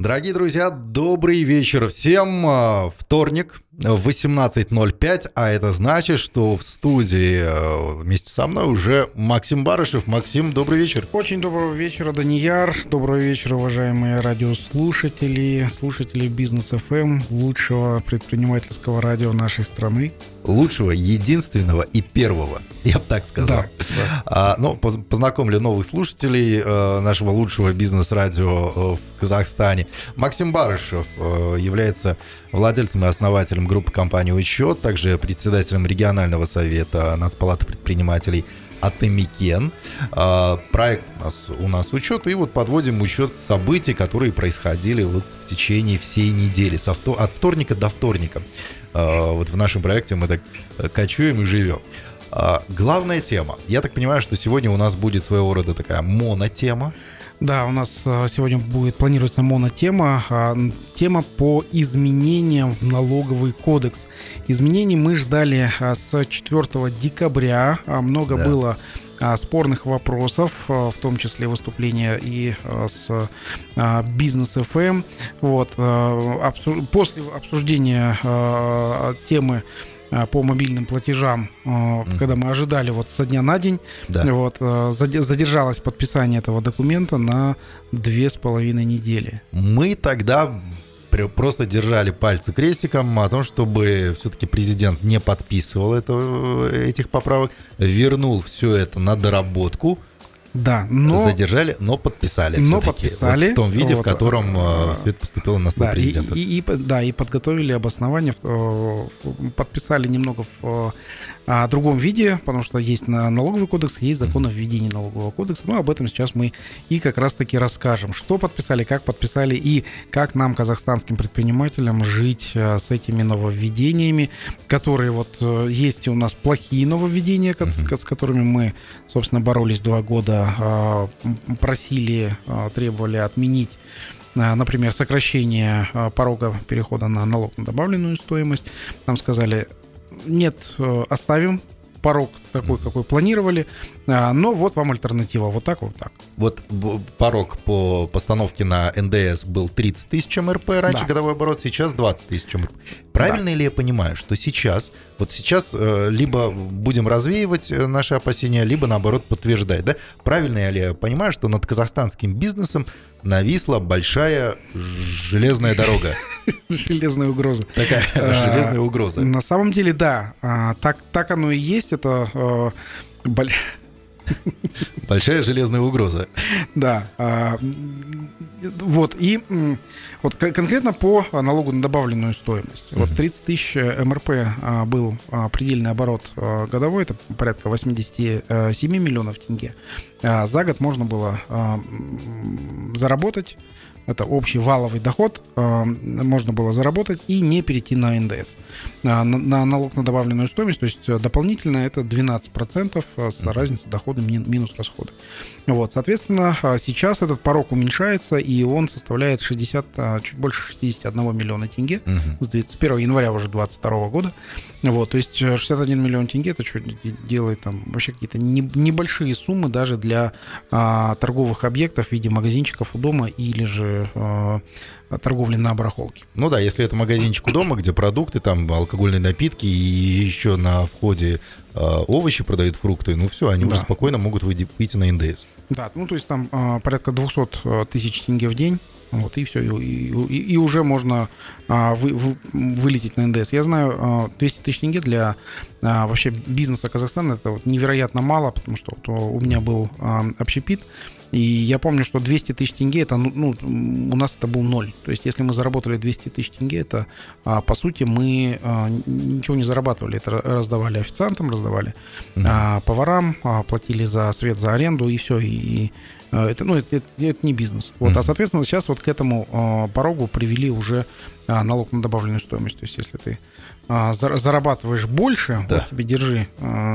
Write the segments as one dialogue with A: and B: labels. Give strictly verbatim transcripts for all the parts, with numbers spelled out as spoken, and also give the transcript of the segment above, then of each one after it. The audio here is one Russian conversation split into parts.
A: Дорогие друзья, добрый вечер всем. Вторник, восемнадцать ноль пять, а это значит, что в студии вместе со мной уже Максим Барышев. Максим, добрый вечер.
B: Очень доброго вечера, Данияр. Доброго вечера, уважаемые радиослушатели, слушатели Бизнес эф эм, лучшего предпринимательского радио нашей страны.
A: Лучшего, единственного и первого, я бы так сказал. Да, да. А, ну, познакомлю новых слушателей а, нашего лучшего бизнес-радио в Казахстане. Максим Барышев а, является владельцем и основателем группы компании «Учет», также председателем регионального совета Нацпалаты предпринимателей Атамикен. А, проект у нас, у нас «Учет», и вот подводим учет событий, которые происходили вот в течение всей недели, со втор- от вторника до вторника. Вот в нашем проекте мы так кочуем и живем. Главная тема. Я так понимаю, что сегодня у нас будет своего рода такая монотема.
B: Да, у нас сегодня будет планируется монотема. Тема по изменениям в налоговый кодекс. Изменений мы ждали с четвёртого декабря. Много да. было спорных вопросов, в том числе выступления и с Бизнес эф эм. Вот. После обсуждения темы по мобильным платежам, mm-hmm. когда мы ожидали вот со дня на день, да. вот, задержалось подписание этого документа на две с половиной недели.
A: Мы тогда просто держали пальцы крестиком о том, чтобы все-таки президент не подписывал это, этих поправок, вернул все это на доработку.
B: Да, но...
A: Задержали, но подписали
B: но
A: все-таки.
B: Подписали.
A: Вот в том виде,
B: вот,
A: в котором э, это поступило на стол
B: да,
A: президента.
B: И, и, и, да, и подготовили обоснование, э, подписали немного в э, другом виде, потому что есть налоговый кодекс, есть закон о введении налогового кодекса. Ну, об этом сейчас мы и как раз-таки расскажем. Что подписали, как подписали и как нам, казахстанским предпринимателям, жить э, с этими нововведениями, которые вот э, есть у нас плохие нововведения, mm-hmm. с, с которыми мы, собственно, боролись два года. Просили, требовали отменить, например, сокращение порога перехода на налог на добавленную стоимость. Нам сказали, нет, оставим порог такой, какой планировали, но вот вам альтернатива, вот так, вот так.
A: Вот порог по постановке на эн дэ эс был тридцать тысяч эм эр пэ, раньше да. годовой оборот, сейчас двадцать тысяч эм эр пэ. Правильно да. ли я понимаю, что сейчас, вот сейчас либо будем развеивать наши опасения, либо наоборот подтверждать, да? Правильно ли я понимаю, что над казахстанским бизнесом нависла большая железная дорога?
B: Железная угроза.
A: Такая железная угроза.
B: На самом деле, да, так, так оно и есть. Это э, боль...
A: большая железная угроза.
B: Да. Э, вот, и вот конкретно по налогу на добавленную стоимость. Uh-huh. Вот тридцать тысяч эм эр пэ э, был э, предельный оборот э, годовой, это порядка восемьдесят семь миллионов тенге. Э, за год можно было э, заработать. Это общий валовый доход, э, можно было заработать и не перейти на эн дэ эс, э, на, на налог на добавленную стоимость, то есть дополнительно это двенадцать процентов с разницы дохода минус расходы. Вот, соответственно, сейчас этот порог уменьшается, и он составляет шестьдесят, чуть больше шестьдесят один миллиона тенге uh-huh. с первого января уже двадцать второго года. Вот, то есть шестьдесят один миллион тенге, это что делает там вообще какие-то не, небольшие суммы даже для а, торговых объектов в виде магазинчиков у дома или же а, торговли на барахолке.
A: Ну да, если это магазинчик у дома, где продукты, там алкогольные напитки и еще на входе э, овощи продают, фрукты, ну все, они да. уже спокойно могут выйти, выйти на эн дэ эс.
B: Да, ну то есть там э, порядка двести тысяч тенге в день, вот, и все, и, и, и уже можно э, вы, вы, вылететь на эн дэ эс. Я знаю, э, двести тысяч тенге для э, вообще бизнеса Казахстана это вот невероятно мало, потому что вот у меня был э, общепит, и я помню, что двести тысяч тенге, это, ну, у нас это был ноль. То есть, если мы заработали двести тысяч тенге, это, по сути, мы ничего не зарабатывали. Это раздавали официантам, раздавали mm-hmm. поварам, платили за свет, за аренду, и все. И это, ну, это, это, это не бизнес. Вот. Mm-hmm. А, соответственно, сейчас вот к этому порогу привели уже налог на добавленную стоимость. То есть, если ты зарабатываешь больше, да. вот тебе держи...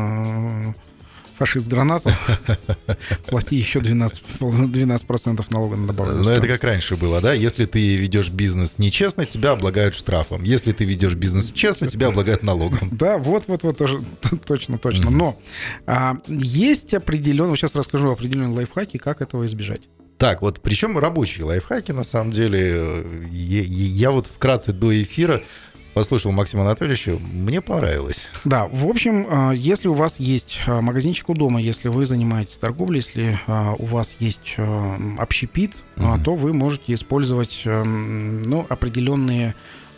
B: фашист гранату, плати еще двенадцать процентов налога на добавленную стоимость.
A: Но это как раньше было, да? Если ты ведешь бизнес нечестно, тебя облагают штрафом. Если ты ведешь бизнес честно, тебя облагают налогом.
B: Да, вот-вот-вот, тоже, точно, точно. Но а, есть определенные, сейчас расскажу определенные лайфхаки, как этого избежать.
A: Так, вот причем рабочие лайфхаки, на самом деле. Я, я вот вкратце до эфира послушал Максима Анатольевича, мне понравилось.
B: Да, в общем, если у вас есть магазинчик у дома, если вы занимаетесь торговлей, если у вас есть общепит, угу. то вы можете использовать ну, определенные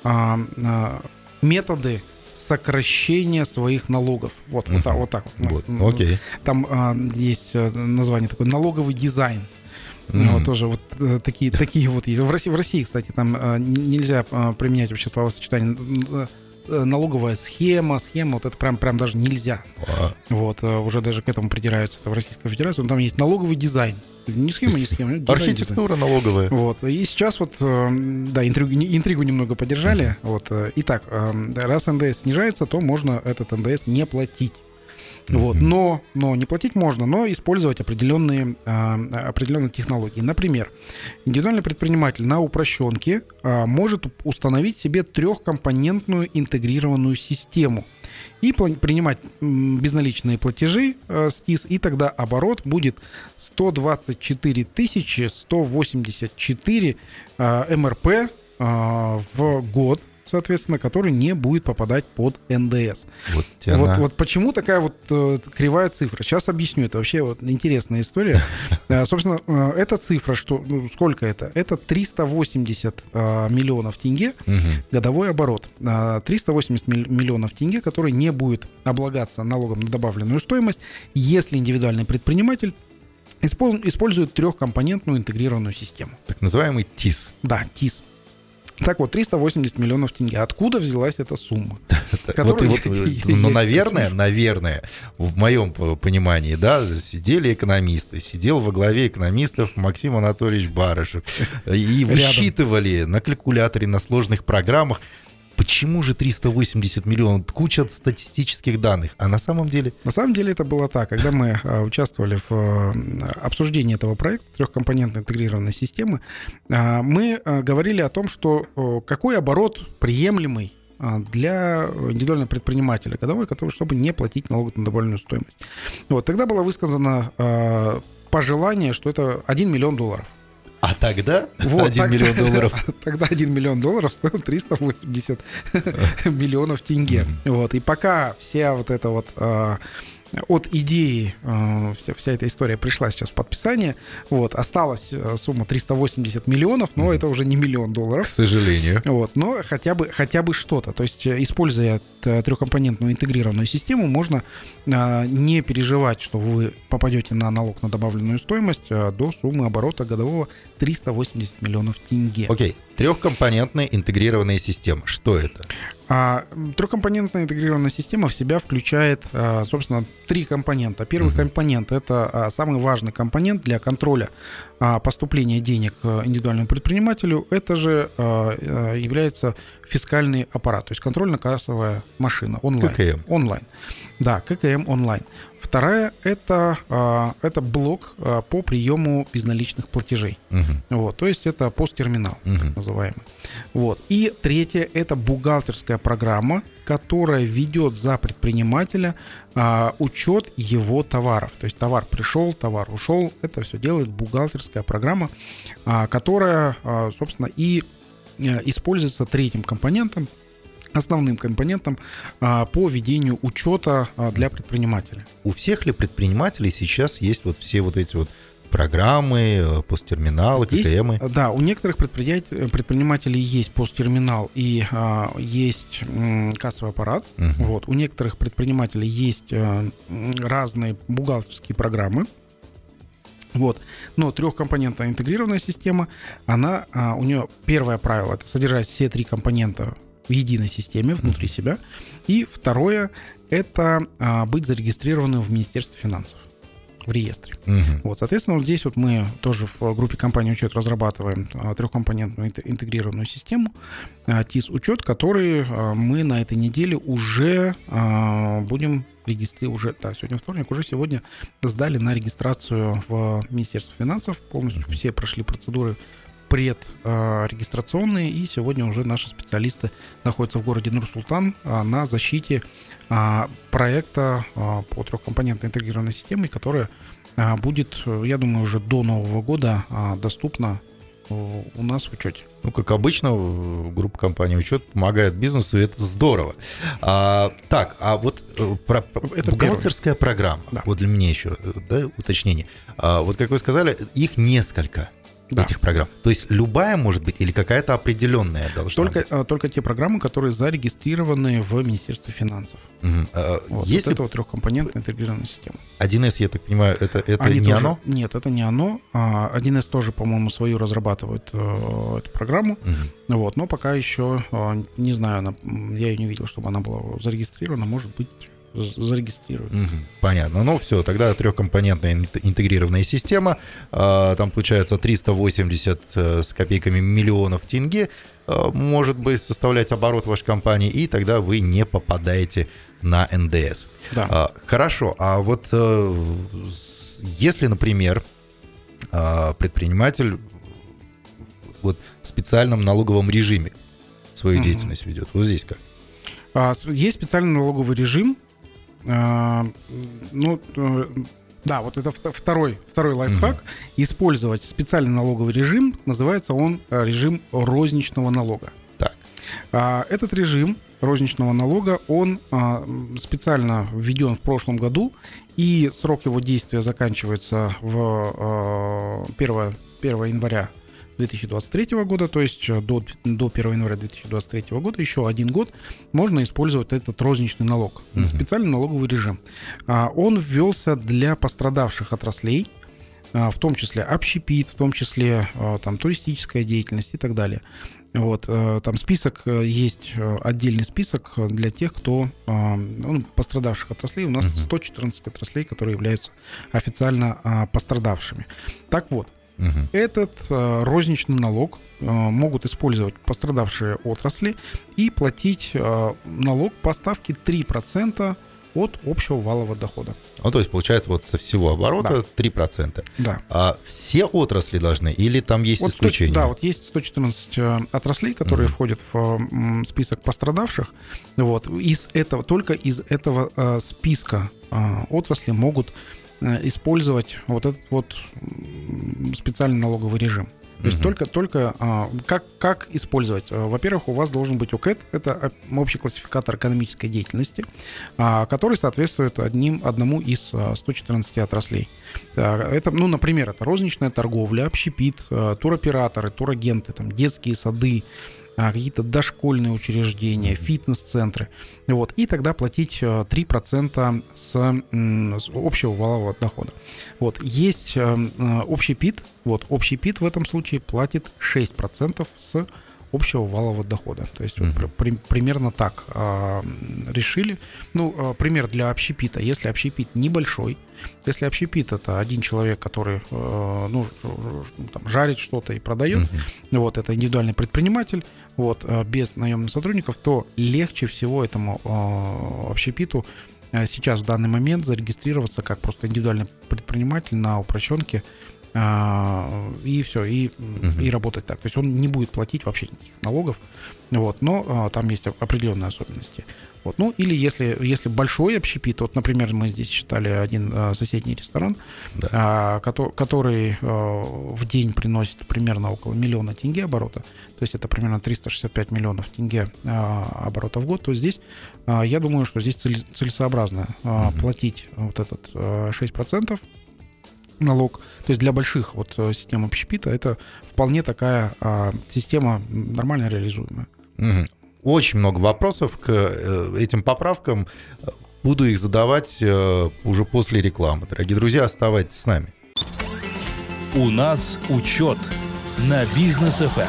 B: методы сокращения своих налогов. Вот, uh-huh. вот, так, вот так вот.
A: вот. Okay.
B: Там а, есть название такое «налоговый дизайн». Mm-hmm. Вот, тоже вот такие, такие вот есть. В России, в России, кстати, там а, нельзя а, применять вообще словосочетание налоговая схема, схема, вот это прям, прям даже нельзя. Wow. Вот, а, уже даже к этому придираются это в Российской Федерации. Но там есть налоговый дизайн. Не схема, не схема. Дизайн,
A: архитектура дизайн. Налоговая.
B: Вот. И сейчас вот, да, интригу, интригу немного поддержали. Uh-huh. Вот. Итак, раз эн дэ эс снижается, то можно этот эн дэ эс не платить. Uh-huh. Вот. Но, но не платить можно, но использовать определенные, определенные технологии. Например, индивидуальный предприниматель на упрощенке может установить себе трехкомпонентную интегрированную систему и принимать безналичные платежи э, с ТИС, и тогда оборот будет сто двадцать четыре тысячи сто восемьдесят четыре э, эм эр пэ э, в год, соответственно, который не будет попадать под эн дэ эс. Вот, вот, вот почему такая вот э, кривая цифра? Сейчас объясню. Это вообще вот интересная история. э, собственно, э, эта цифра, что, ну, сколько это? Это триста восемьдесят э, миллионов тенге угу. годовой оборот. Э, триста восемьдесят миллионов тенге, который не будет облагаться налогом на добавленную стоимость, если индивидуальный предприниматель использует трехкомпонентную интегрированную систему.
A: Так называемый ТИС.
B: Да, ТИС. Так вот, триста восемьдесят миллионов тенге. Откуда взялась эта сумма?
A: Вот, вот, ну, наверное, наверное, в моем понимании, да, сидели экономисты, сидел во главе экономистов Максим Анатольевич Барышев, и высчитывали на калькуляторе, на сложных программах, почему же триста восемьдесят миллионов? Куча статистических данных. А на самом деле?
B: На самом деле это было так. Когда мы а, участвовали в а, обсуждении этого проекта трехкомпонентной интегрированной системы, а, мы а, говорили о том, что а, какой оборот приемлемый а, для индивидуального предпринимателя годовой, который, чтобы не платить налог на добавленную стоимость. Вот. Тогда было высказано а, пожелание, что это один миллион долларов.
A: А тогда вот, один тогда, миллион долларов.
B: Тогда один миллион долларов стоил триста восемьдесят миллионов тенге. Mm-hmm. Вот. И пока вся вот эта вот а, от идеи а, вся, вся эта история пришла сейчас в подписание, вот, осталась сумма триста восемьдесят миллионов, но mm-hmm. это уже не миллион долларов.
A: К сожалению.
B: Вот, но хотя бы, хотя бы что-то. То есть, используя трехкомпонентную интегрированную систему, можно а, не переживать, что вы попадете на налог на добавленную стоимость а, до суммы оборота годового триста восемьдесят миллионов тенге.
A: Окей. Трехкомпонентная интегрированная система. Что это?
B: А, трехкомпонентная интегрированная система в себя включает, а, собственно, три компонента. Первый uh-huh. компонент — это а, самый важный компонент для контроля а, поступления денег индивидуальному предпринимателю. Это же а, является фискальный аппарат, то есть контрольно-кассовая машина онлайн.
A: ка ка эм.
B: Онлайн. Да, ка ка эм онлайн. Вторая — это, а, это блок а, по приему безналичных платежей. Uh-huh. Вот, то есть это посттерминал, uh-huh. так называемый. Вот. И третье — это бухгалтерская программа, которая ведет за предпринимателя а, учет его товаров. То есть товар пришел, товар ушел. Это все делает бухгалтерская программа, а, которая, а, собственно, и а, используется третьим компонентом, основным компонентом а, по ведению учета а, для предпринимателя.
A: У всех ли предпринимателей сейчас есть вот все вот эти вот программы, посттерминалы, ка ка эмы?
B: Да, у некоторых предпринимателей есть посттерминал и а, есть м, кассовый аппарат. Uh-huh. Вот. У некоторых предпринимателей есть а, разные бухгалтерские программы. Вот. Но трехкомпонентная интегрированная система, она, а, у нее первое правило — это содержать все три компонента в единой системе внутри uh-huh. себя. И второе — это а, быть зарегистрированным в Министерстве финансов, в реестре. Uh-huh. Вот, соответственно, вот здесь вот мы тоже в группе компании «Учет» разрабатываем а, трехкомпонентную интегрированную систему а, ТИС-Учет, который а, мы на этой неделе уже а, будем регистрировать, уже, да, сегодня вторник, уже сегодня сдали на регистрацию в Министерство финансов, полностью uh-huh. все прошли процедуры предрегистрационные, и сегодня уже наши специалисты находятся в городе Нур-Султан а, на защите а, проекта а, по трехкомпонентной интегрированной системе, которая будет, я думаю, уже до Нового года доступна у нас в учете.
A: Ну, как обычно, группа компаний «Учет» помогает бизнесу, и это здорово. А, так, а вот про, это бухгалтерская первый. программа, да. Вот для меня еще, да, уточнение. А, вот как вы сказали, их несколько. Да. Этих программ. То есть любая может быть или какая-то определенная должна
B: только,
A: быть?
B: Только те программы, которые зарегистрированы в Министерстве финансов. Угу. А, вот, если... вот это вот трехкомпонентная интегрированная система.
A: один эс, я так понимаю, это, это не
B: тоже...
A: оно?
B: Нет, это не оно. один эс тоже, по-моему, свою разрабатывает э, эту программу. Угу. Вот, но пока еще, э, не знаю, она, я ее не видел, чтобы она была зарегистрирована. Может быть, зарегистрируют.
A: Угу, понятно. Ну все, тогда трехкомпонентная интегрированная система. Там получается триста восемьдесят с копейками миллионов тенге может быть составлять оборот вашей компании, и тогда вы не попадаете на эн дэ эс. Да. Хорошо, а вот если, например, предприниматель вот в специальном налоговом режиме свою угу. деятельность ведет, вот здесь как?
B: Есть специальный налоговый режим. А, ну, да, вот это второй, второй лайфхак. Угу. Использовать специальный налоговый режим, называется он режим розничного налога.
A: Так.
B: А, этот режим розничного налога, он а, специально введен в прошлом году, и срок его действия заканчивается в а, первого января две тысячи двадцать третьего года, то есть до, до первого января две тысячи двадцать третьего года, еще один год можно использовать этот розничный налог, mm-hmm. специальный налоговый режим. Он ввелся для пострадавших отраслей, в том числе общепит, в том числе там, туристическая деятельность и так далее. Вот, там список есть, отдельный список для тех, кто ну, пострадавших отраслей. У нас mm-hmm. сто четырнадцать отраслей, которые являются официально пострадавшими. Так вот, Угу. Этот э, розничный налог э, могут использовать пострадавшие отрасли и платить э, налог по ставке три процента от общего валового дохода.
A: Ну, то есть, получается, вот со всего оборота да. три процента.
B: Да.
A: А все отрасли должны или там есть вот исключения?
B: сто, да, вот есть сто четырнадцать э, отраслей, которые угу. входят в э, список пострадавших. Вот. Из этого, только из этого э, списка э, отрасли могут использовать вот этот вот специальный налоговый режим. То есть uh-huh. только, только как, как использовать? Во-первых, у вас должен быть ОКЭД, это общий классификатор экономической деятельности, который соответствует одним, одному из ста четырнадцати отраслей. Это, ну, например, это розничная торговля, общепит, туроператоры, турагенты, там, детские сады, какие-то дошкольные учреждения, фитнес-центры. Вот. И тогда платить три процента с, с общего валового дохода. Вот. Есть общепит. Вот. Общепит в этом случае платит шесть процентов с общего валового дохода. То есть uh-huh. вот, при, примерно так а, решили. Ну, а, пример для общепита. Если общепит небольшой, если общепит — это один человек, который а, ну, там, жарит что-то и продает, uh-huh. вот, это индивидуальный предприниматель, вот, а, без наемных сотрудников, то легче всего этому а, общепиту а, сейчас в данный момент зарегистрироваться как просто индивидуальный предприниматель на упрощенке, и все, и, uh-huh. и работать так. То есть он не будет платить вообще никаких налогов, вот, но а, там есть определенные особенности. Вот. Ну, или если, если большой общепит, вот, например, мы здесь считали один а, соседний ресторан, да. а, который, который а, в день приносит примерно около миллиона тенге оборота, то есть это примерно триста шестьдесят пять миллионов тенге а, оборота в год, то здесь а, я думаю, что здесь целесообразно а, uh-huh. платить вот этот а, шесть процентов налог. То есть для больших вот систем общепита это вполне такая а, система нормально реализуемая.
A: Угу. Очень много вопросов к э, этим поправкам. Буду их задавать э, уже после рекламы. Дорогие друзья, оставайтесь с нами.
C: У нас учет на Бизнес эф эм.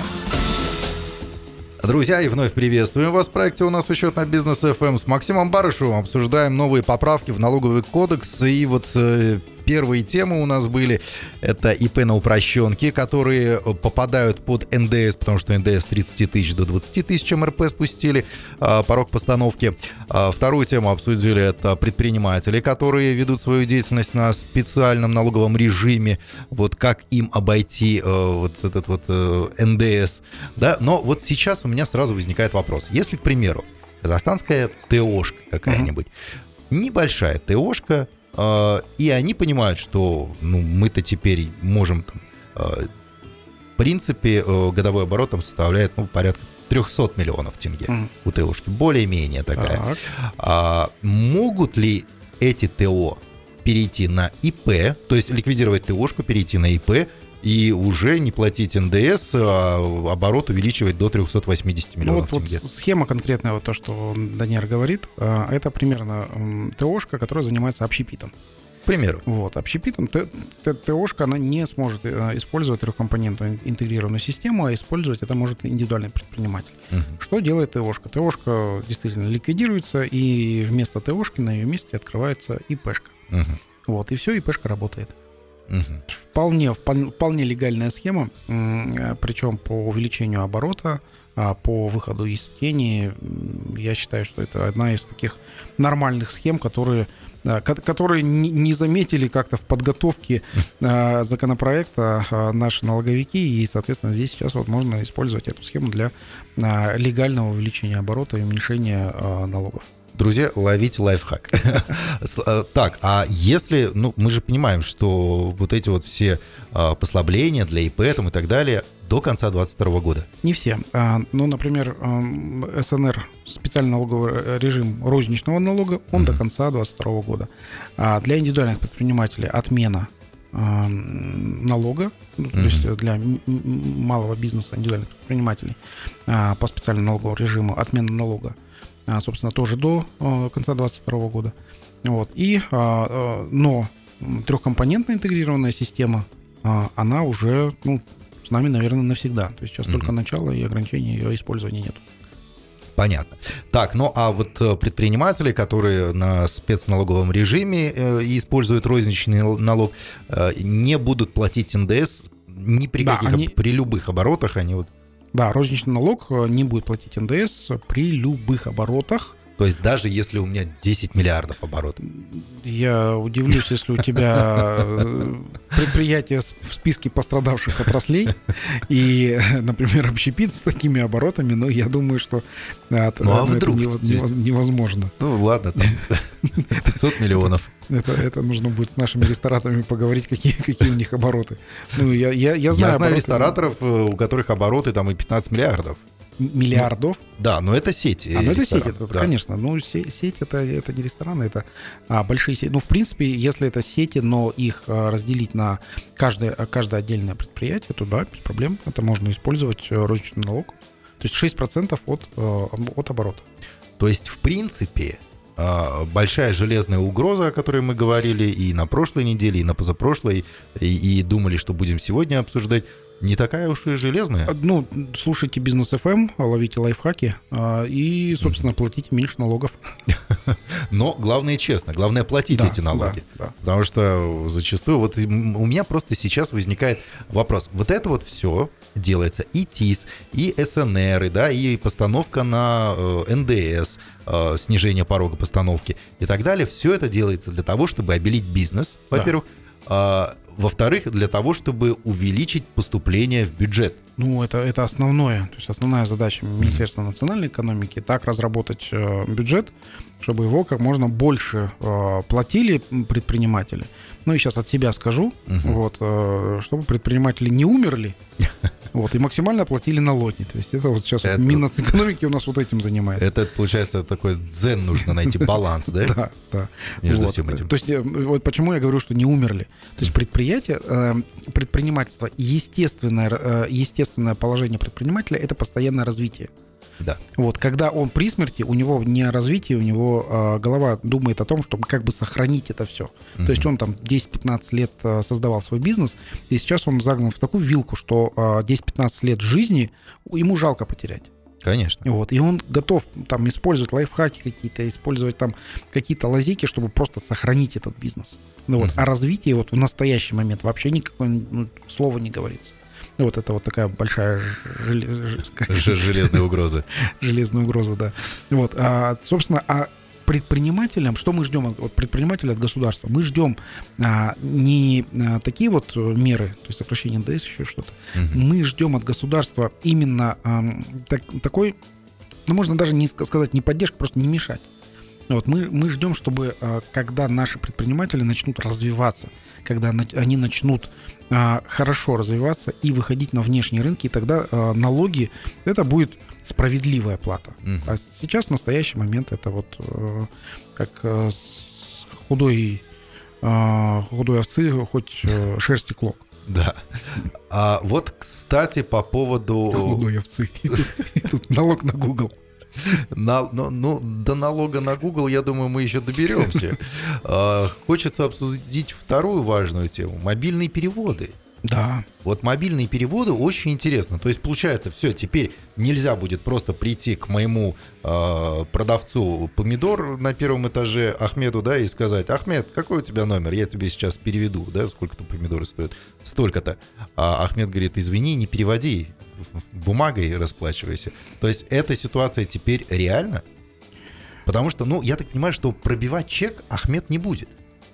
A: Друзья, и вновь приветствуем вас в проекте «У нас учет на Бизнес эф эм» с Максимом Барышевым. Обсуждаем новые поправки в налоговый кодекс. И вот э, первые темы у нас были. Это ИП на упрощенке, которые попадают под эн дэ эс, потому что эн дэ эс тридцать тысяч до двадцать тысяч эм эр пэ спустили, э, порог постановки. Э, вторую тему обсудили. Это предприниматели, которые ведут свою деятельность на специальном налоговом режиме. Вот как им обойти э, вот этот вот э, эн дэ эс. Да? Но вот сейчас у меня сразу возникает вопрос. Если, к примеру, казахстанская ТОшка какая-нибудь, uh-huh. небольшая ТОшка, и они понимают, что ну, мы-то теперь можем, там, в принципе, годовой оборот там составляет ну, порядка триста миллионов тенге mm. у ТОшки, более-менее такая. Так. А, могут ли эти ТО перейти на ИП, то есть ликвидировать ТОшку, перейти на ИП и уже не платить эн дэ эс, а оборот увеличивать до триста восемьдесят миллионов
B: ну, вот,
A: тенге?
B: Вот схема конкретная, вот то, что Даниэль говорит, это примерно ТОшка, которая занимается общепитом.
A: К примеру.
B: Вот, общепитом ТОшка, она не сможет использовать трехкомпонентную интегрированную систему, а использовать это может индивидуальный предприниматель. Uh-huh. Что делает ТОшка? ТОшка действительно ликвидируется, и вместо ТОшки на ее месте открывается ИПшка. Uh-huh. Вот, и все, ИПшка работает. Uh-huh. Вполне, вполне легальная схема, причем по увеличению оборота, по выходу из тени. Я считаю, что это одна из таких нормальных схем, которые которые не заметили как-то в подготовке э, законопроекта э, наши налоговики, и, соответственно, здесь сейчас вот можно использовать эту схему для э, легального увеличения оборота и уменьшения э, налогов.
A: Друзья, ловите лайфхак. Так, а если, ну, мы же понимаем, что вот эти вот все послабления для ИП там и так далее до конца двадцать второго года.
B: Не все. Ну, например, эс эн эр, специальный налоговый режим розничного налога, он mm-hmm. до конца двадцать второго года. А для индивидуальных предпринимателей отмена налога, mm-hmm. то есть для малого бизнеса, индивидуальных предпринимателей по специальному налоговому режиму отмена налога, собственно, тоже до конца двадцать второго года. Вот. И, но трехкомпонентная интегрированная система, она уже, ну, с нами, наверное, навсегда. То есть сейчас mm-hmm. только начало, и ограничений ее использования нет.
A: Понятно. Так, ну а вот предприниматели, которые на спецналоговом режиме э, используют розничный налог, э, не будут платить эн дэ эс ни при да, каких, они... при любых оборотах, они вот...
B: Да, розничный налог не будет платить эн дэ эс при любых оборотах.
A: То есть даже если у меня десять миллиардов оборотов?
B: Я удивлюсь, если у тебя предприятие в списке пострадавших отраслей и, например, общепит с такими оборотами, но я думаю, что ну, а это вдруг? невозможно.
A: Ну ладно, там пятьсот миллионов.
B: Это, это нужно будет с нашими рестораторами поговорить, какие, какие у них обороты. Ну, я, я, я знаю,
A: я знаю рестораторов, у которых обороты там и пятнадцать миллиардов.
B: Миллиардов?
A: Ну, да, но это сети.
B: А, ну это сеть, это, да. Конечно. Ну, сеть, сеть это, это не рестораны, это а, большие сети. Ну, в принципе, если это сети, но их а, разделить на каждое, каждое отдельное предприятие, то да, без проблем. Это можно использовать розничный налог. То есть шесть процентов от, от оборота.
A: То есть, в принципе, большая железная угроза, о которой мы говорили и на прошлой неделе, и на позапрошлой, и, и думали, что будем сегодня обсуждать, не такая уж и железная.
B: Ну, слушайте Бизнес эф эм, ловите лайфхаки и, собственно, платите меньше налогов.
A: Но главное честно, главное платить да, эти налоги. Да, да. Потому что зачастую, вот у меня просто сейчас возникает вопрос. Вот это вот все делается и ТИС, и эс эн эр, да, и постановка на эн дэ эс, снижение порога постановки и так далее. Все это делается для того, чтобы обелить бизнес, во-первых. Да. Во-вторых, для того, чтобы увеличить поступление в бюджет.
B: Ну, это, это основное. То есть основная задача Министерства национальной экономики — так разработать э, бюджет, чтобы его как можно больше э, платили предприниматели. Ну, и сейчас от себя скажу, uh-huh. вот, э, чтобы предприниматели не умерли, вот, и максимально платили налоги. То есть это вот сейчас это... вот Миннацэкономики у нас вот этим занимается.
A: Это, получается, такой дзен, нужно найти баланс, да?
B: Да, да.
A: Между всем этим.
B: То есть вот почему я говорю, что не умерли. То есть предприятие, предпринимательство, естественное, естественное положение предпринимателя — это постоянное развитие.
A: Да.
B: Вот, когда он при смерти, у него не развитие, у него э, голова думает о том, чтобы как бы сохранить это все. Mm-hmm. То есть он там десять-пятнадцать лет э, создавал свой бизнес, и сейчас он загнан в такую вилку, что э, десять-пятнадцать лет жизни ему жалко потерять.
A: Конечно.
B: Вот, и он готов там использовать лайфхаки какие-то, использовать там какие-то лазейки, чтобы просто сохранить этот бизнес. Ну, вот, mm-hmm. О развитии вот в настоящий момент вообще никакого ну, слова не говорится. Вот это вот такая большая жел...
A: железная угроза.
B: Железная угроза, да. Вот, а, собственно, а предпринимателям, что мы ждем от предпринимателя, от государства? Мы ждем а, не а, такие вот меры, то есть сокращение эн дэ эс, еще что-то. Угу. Мы ждем от государства именно а, так, такой, ну, можно даже не сказать не поддержку, просто не мешать. Вот мы, мы ждем, чтобы когда наши предприниматели начнут развиваться, когда они начнут хорошо развиваться и выходить на внешние рынки, и тогда налоги, это будет справедливая плата. Mm. А сейчас, в настоящий момент, это вот как с худой, худой овцы хоть шерсти клок.
A: Да. А вот, кстати, по поводу...
B: Худой овцы. И тут, и тут налог на Google.
A: На, ну, ну, до налога на Google, я думаю, мы еще доберемся. Хочется обсудить вторую важную тему. Мобильные переводы.
B: Да.
A: Вот мобильные переводы очень интересно. То есть, получается, все, теперь нельзя будет просто прийти к моему э, продавцу помидор на первом этаже Ахмеду, да, и сказать: Ахмед, какой у тебя номер? Я тебе сейчас переведу, да, сколько-то помидоры стоят? Столько-то. А Ахмед говорит: извини, не переводи, бумагой расплачивайся. То есть, эта ситуация теперь реальна? Потому что, ну, я так понимаю, что пробивать чек Ахмед не будет.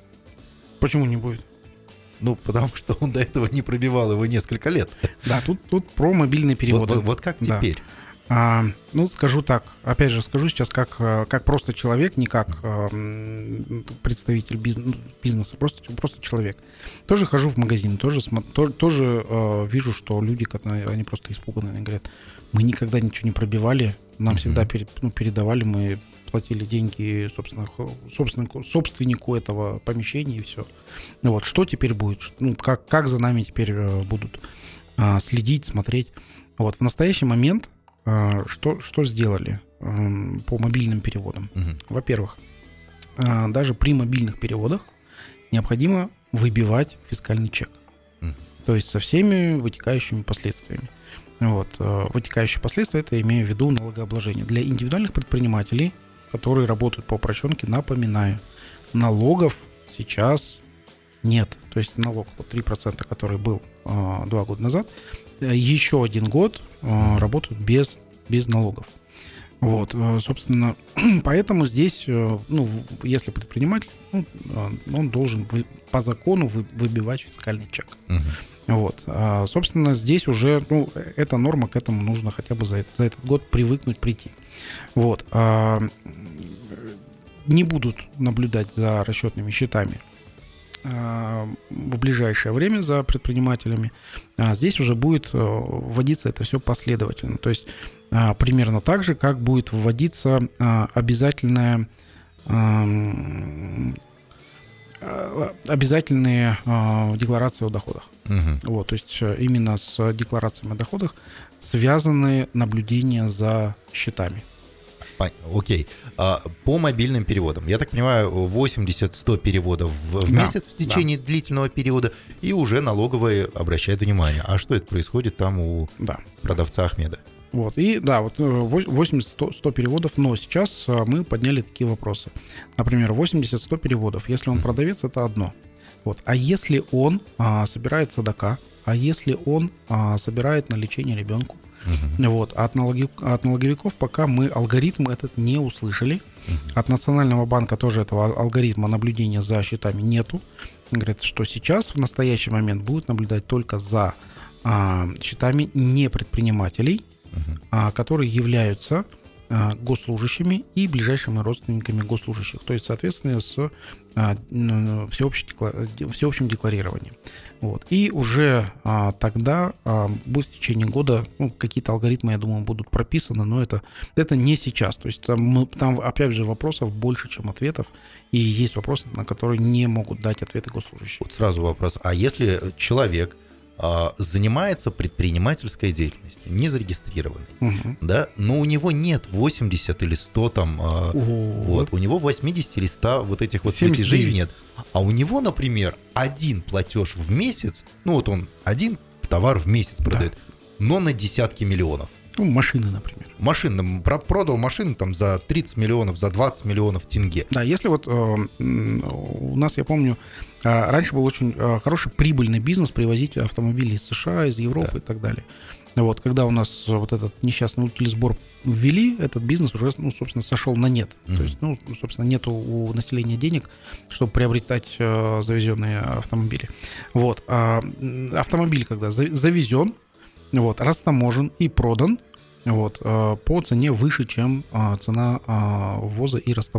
B: Почему не будет?
A: Ну, потому что он до этого не пробивал его несколько лет.
B: Да, тут, тут про мобильные переводы.
A: Вот, вот, вот как теперь?
B: Да. А, ну, скажу так. Опять же, скажу сейчас как, как просто человек, не как а, представитель бизнес, бизнеса, просто, просто человек. Тоже хожу в магазин, тоже, тоже, тоже а, вижу, что люди, они просто испуганы, они говорят: мы никогда ничего не пробивали, нам uh-huh. всегда перед, ну, передавали, мы платили деньги собственнику, собственнику, собственнику этого помещения, и все. Вот, что теперь будет? Ну, как, как за нами теперь будут а, следить, смотреть? Вот, в настоящий момент а, что, что сделали а, по мобильным переводам? Угу. Во-первых, а, даже при мобильных переводах необходимо выбивать фискальный чек. Угу. То есть со всеми вытекающими последствиями. Вот, а, вытекающие последствия, это имею в виду налогообложение. Для индивидуальных предпринимателей, которые работают по упрощенке, напоминаю, налогов сейчас нет. То есть налог по три процента, который был э, два года назад, еще один год э, работают без, без налогов. Вот, э, собственно, поэтому здесь, э, ну, если предприниматель, ну, э, он должен вы, по закону вы, выбивать фискальный чек. Uh-huh. Вот, а, собственно, здесь уже, ну, эта норма, к этому нужно хотя бы за, это, за этот год привыкнуть, прийти. Вот, а, не будут наблюдать за расчетными счетами а, в ближайшее время за предпринимателями. А здесь уже будет а, вводиться это все последовательно. То есть а, примерно так же, как будет вводиться а, обязательная а, обязательные э, декларации о доходах. Угу. Вот, то есть именно с декларациями о доходах связаны наблюдения за счетами.
A: Окей. А по мобильным переводам, я так понимаю, восемьдесят-сто переводов в месяц, да, в течение да. длительного периода, и уже налоговые обращают внимание. А что это происходит там у да. продавца Ахмеда?
B: Вот, и да, вот восемьдесят-сто переводов, но сейчас мы подняли такие вопросы. Например, восемьдесят-сто переводов, если он продавец, это одно. Вот, а если он а, собирает садака, а если он а, собирает на лечение ребенку, uh-huh. вот, от, налоги, от налоговиков пока мы алгоритм этот не услышали. Uh-huh. От Национального банка тоже этого алгоритма наблюдения за счетами нету. Говорят, что сейчас, в настоящий момент, будут наблюдать только за а, счетами не предпринимателей, Uh-huh. а, которые являются а, госслужащими и ближайшими родственниками госслужащих, то есть, соответственно, с а, всеобщим, всеобщим декларированием. Вот. И уже а, тогда а, будет в течение года, ну, какие-то алгоритмы, я думаю, будут прописаны, но это, это не сейчас. То есть там, мы, там, опять же, вопросов больше, чем ответов, и есть вопросы, на которые не могут дать ответы госслужащие.
A: Вот сразу вопрос. А если человек занимается предпринимательской деятельностью, не зарегистрированный, угу. да, но у него нет восемьдесят или сто там, О, вот, у него восемьдесят или сто вот этих вот платежей нет, а у него, например, один платеж в месяц, ну вот он один товар в месяц продает, да. но на десятки миллионов.
B: Ну, машины, например.
A: Машины, продал машину там за тридцать миллионов, за двадцать миллионов тенге.
B: Да, если вот э, у нас, я помню, э, раньше был очень э, хороший прибыльный бизнес привозить автомобили из США, из Европы да. и так далее. Вот, когда у нас вот этот несчастный утилизбор ввели, этот бизнес уже, ну, собственно, сошел на нет. Mm-hmm. То есть, ну, собственно, нету у населения денег, чтобы приобретать э, завезенные автомобили. Вот, а автомобиль, когда завезен, вот, растаможен и продан, вот, по цене выше, чем цена ввоза и растаможки.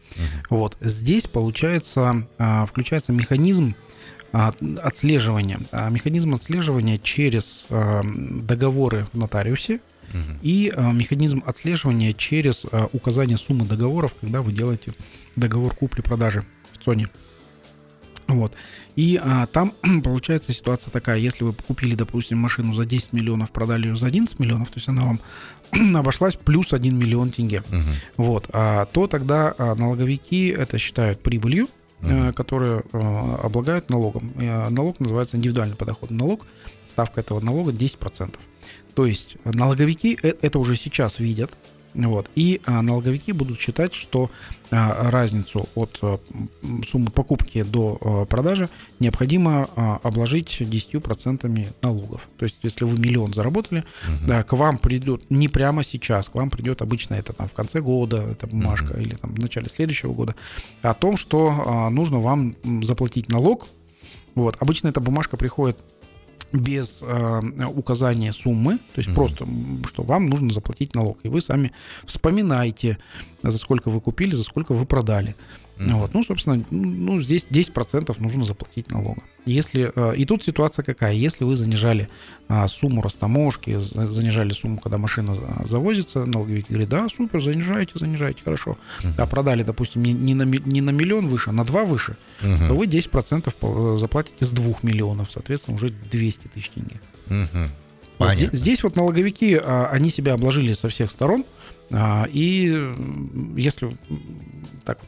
B: Uh-huh. Вот. Здесь, получается, включается механизм отслеживания. Механизм отслеживания через договоры в нотариусе uh-huh. и механизм отслеживания через указание суммы договоров, когда вы делаете договор купли-продажи в ЦОНе. Вот. И а, там получается ситуация такая: если вы купили, допустим, машину за десять миллионов, продали ее за одиннадцать миллионов, то есть она вам обошлась плюс один миллион тенге, uh-huh. вот, а, то тогда а, налоговики это считают прибылью, uh-huh. а, которую а, облагают налогом. И, а, налог называется индивидуальный подоходный налог, ставка этого налога десять процентов. То есть налоговики это уже сейчас видят. Вот. И а, налоговики будут считать, что а, разницу от а, суммы покупки до а, продажи необходимо а, обложить десятью процентами налогов. То есть, если вы миллион заработали, uh-huh. да, к вам придет не прямо сейчас, к вам придет обычно это там в конце года, это бумажка, uh-huh. или там в начале следующего года, о том, что а, нужно вам заплатить налог. Вот. Обычно эта бумажка приходит без э, указания суммы, то есть mm-hmm. просто, что вам нужно заплатить налог, и вы сами вспоминаете, за сколько вы купили, за сколько вы продали. Mm-hmm. Вот. Ну, собственно, ну, здесь десять процентов нужно заплатить налога. Если, э, и тут ситуация какая? Если вы занижали э, сумму растаможки, занижали сумму, когда машина завозится, налоговик говорит: да, супер, занижайте, занижайте, хорошо. Mm-hmm. А продали, допустим, не, не, на, не на миллион выше, а на два выше, mm-hmm. то вы десять процентов заплатите с двух миллионов, соответственно, уже двести тысяч тенге. Mm-hmm. Вот здесь, здесь вот налоговики, они себя обложили со всех сторон, и если так,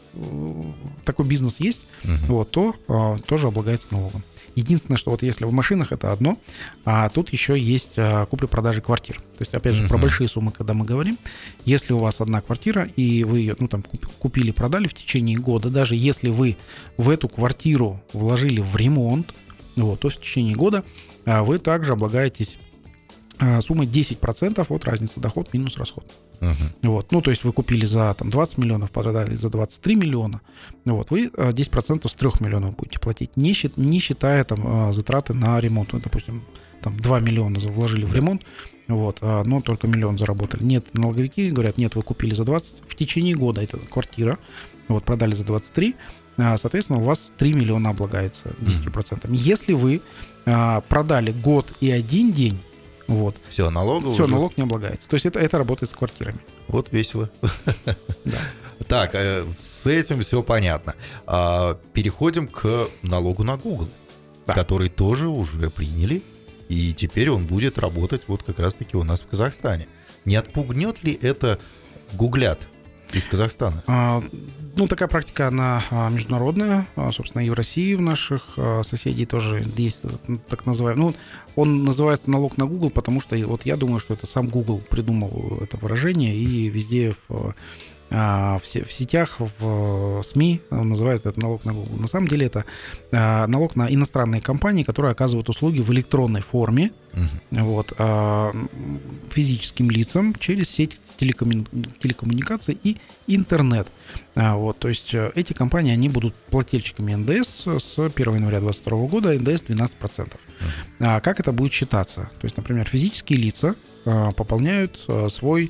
B: такой бизнес есть, uh-huh. вот, то а, тоже облагается налогом. Единственное, что вот если в машинах это одно, а тут еще есть а, купли-продажи квартир. То есть, опять же, uh-huh. про большие суммы, когда мы говорим, если у вас одна квартира, и вы ее, ну, там, купили, продали в течение года, даже если вы в эту квартиру вложили в ремонт, вот, то в течение года а, вы также облагаетесь а, суммой десять процентов от разницы доход минус расход. Uh-huh. Вот. Ну, то есть вы купили за там, двадцать миллионов, продали за двадцать три миллиона, вот, вы десять процентов с трёх миллионов будете платить, не, счит, не считая там, затраты на ремонт. Ну, допустим, там два миллиона вложили в ремонт, вот, но только миллион заработали. Нет, налоговики говорят: нет, вы купили за двадцать, в течение года это квартира, вот, продали за двадцать три, соответственно, у вас три миллиона облагается десять процентов. Uh-huh. Если вы а, продали год и один день, вот.
A: Все, налог
B: Все,
A: уже...
B: налог не облагается. То есть это, это работает с квартирами.
A: Вот весело.
B: Да.
A: Так, с этим все понятно. Переходим к налогу на Google, да. который тоже уже приняли, и теперь он будет работать вот как раз-таки у нас в Казахстане. Не отпугнет ли это гуглят из Казахстана?
B: А, ну, такая практика, она международная. Собственно, и в России у наших соседей тоже есть так называемый. Ну, он называется налог на Google, потому что вот я думаю, что это сам Google придумал это выражение, и везде в, в сетях, в СМИ называют это налог на Google. На самом деле это налог на иностранные компании, которые оказывают услуги в электронной форме uh-huh. вот, физическим лицам через сеть телекомму... телекоммуникаций и интернет. Вот, то есть эти компании, они будут плательщиками эн дэ эс с первого января две тысячи двадцать второго года, эн дэ эс двенадцать процентов. Uh-huh. Как это будет считаться? То есть, например, физические лица пополняют свой